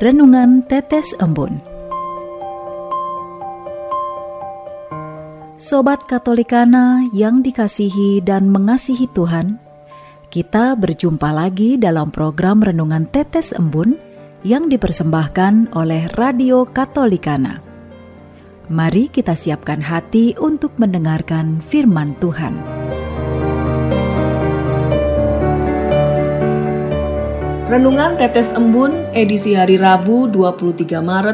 Renungan Tetes Embun. Sobat Katolikana yang dikasihi dan mengasihi Tuhan, kita berjumpa lagi dalam program Renungan Tetes Embun yang dipersembahkan oleh Radio Katolikana. Mari kita siapkan hati untuk mendengarkan firman Tuhan. Renungan Tetes Embun edisi hari Rabu 23 Maret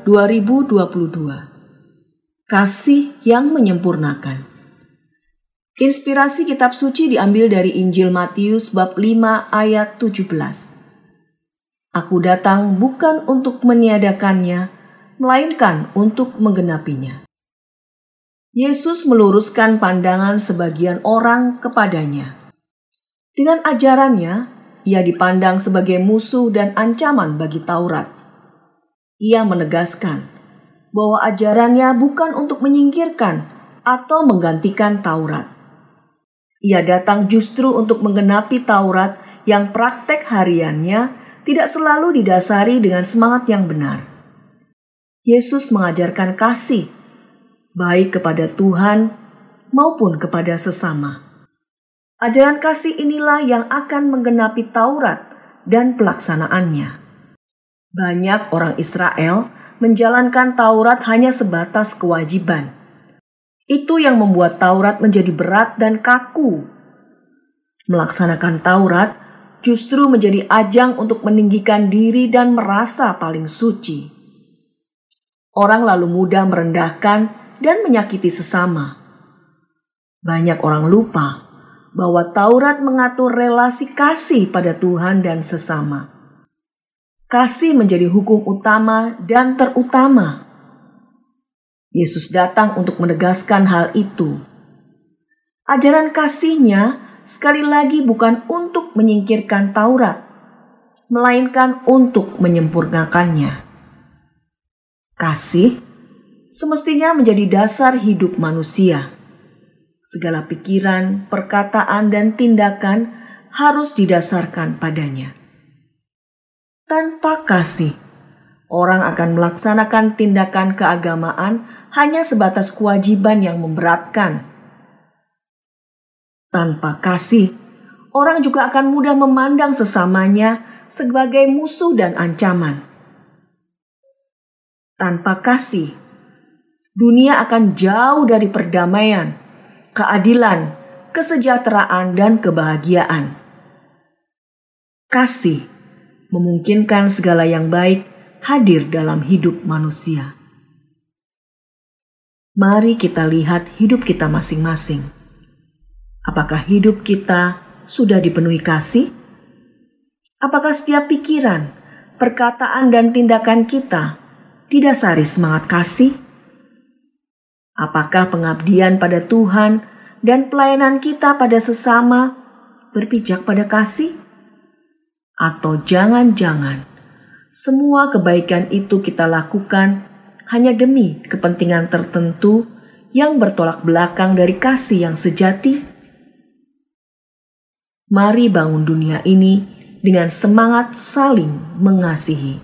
2022. Kasih yang menyempurnakan. Inspirasi kitab suci diambil dari Injil Matius bab 5 ayat 17. Aku datang bukan untuk meniadakannya, melainkan untuk menggenapinya. Yesus meluruskan pandangan sebagian orang kepadanya. Dengan ajarannya, ia dipandang sebagai musuh dan ancaman bagi Taurat. Ia menegaskan bahwa ajarannya bukan untuk menyingkirkan atau menggantikan Taurat. Ia datang justru untuk menggenapi Taurat yang praktek hariannya tidak selalu didasari dengan semangat yang benar. Yesus mengajarkan kasih, baik kepada Tuhan maupun kepada sesama. Ajaran kasih inilah yang akan menggenapi Taurat dan pelaksanaannya. Banyak orang Israel menjalankan Taurat hanya sebatas kewajiban. Itu yang membuat Taurat menjadi berat dan kaku. Melaksanakan Taurat justru menjadi ajang untuk meninggikan diri dan merasa paling suci. Orang lalu mudah merendahkan dan menyakiti sesama. Banyak orang lupa bahwa Taurat mengatur relasi kasih pada Tuhan dan sesama. Kasih menjadi hukum utama dan terutama. Yesus datang untuk menegaskan hal itu. Ajaran kasih-Nya sekali lagi bukan untuk menyingkirkan Taurat, melainkan untuk menyempurnakannya. Kasih semestinya menjadi dasar hidup manusia. Segala pikiran, perkataan, dan tindakan harus didasarkan padanya. Tanpa kasih, orang akan melaksanakan tindakan keagamaan hanya sebatas kewajiban yang memberatkan. Tanpa kasih, orang juga akan mudah memandang sesamanya sebagai musuh dan ancaman. Tanpa kasih, dunia akan jauh dari perdamaian, keadilan, kesejahteraan, dan kebahagiaan. Kasih memungkinkan segala yang baik hadir dalam hidup manusia. Mari kita lihat hidup kita masing-masing. Apakah hidup kita sudah dipenuhi kasih? Apakah setiap pikiran, perkataan, dan tindakan kita didasari semangat kasih? Apakah pengabdian pada Tuhan dan pelayanan kita pada sesama berpijak pada kasih? Atau jangan-jangan semua kebaikan itu kita lakukan hanya demi kepentingan tertentu yang bertolak belakang dari kasih yang sejati? Mari bangun dunia ini dengan semangat saling mengasihi.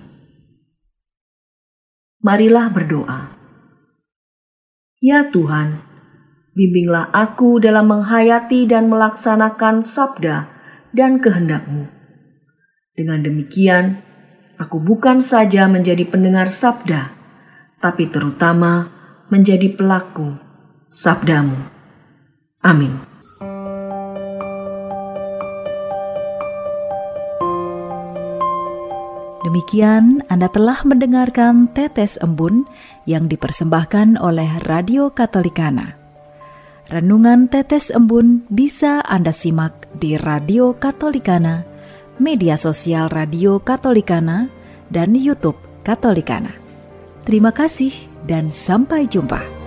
Marilah berdoa. Ya Tuhan, bimbinglah aku dalam menghayati dan melaksanakan sabda dan kehendak-Mu. Dengan demikian, aku bukan saja menjadi pendengar sabda, tapi terutama menjadi pelaku sabda-Mu. Amin. Demikian Anda telah mendengarkan Tetes Embun yang dipersembahkan oleh Radio Katolikana. Renungan Tetes Embun bisa Anda simak di Radio Katolikana, media sosial Radio Katolikana, dan YouTube Katolikana. Terima kasih dan sampai jumpa.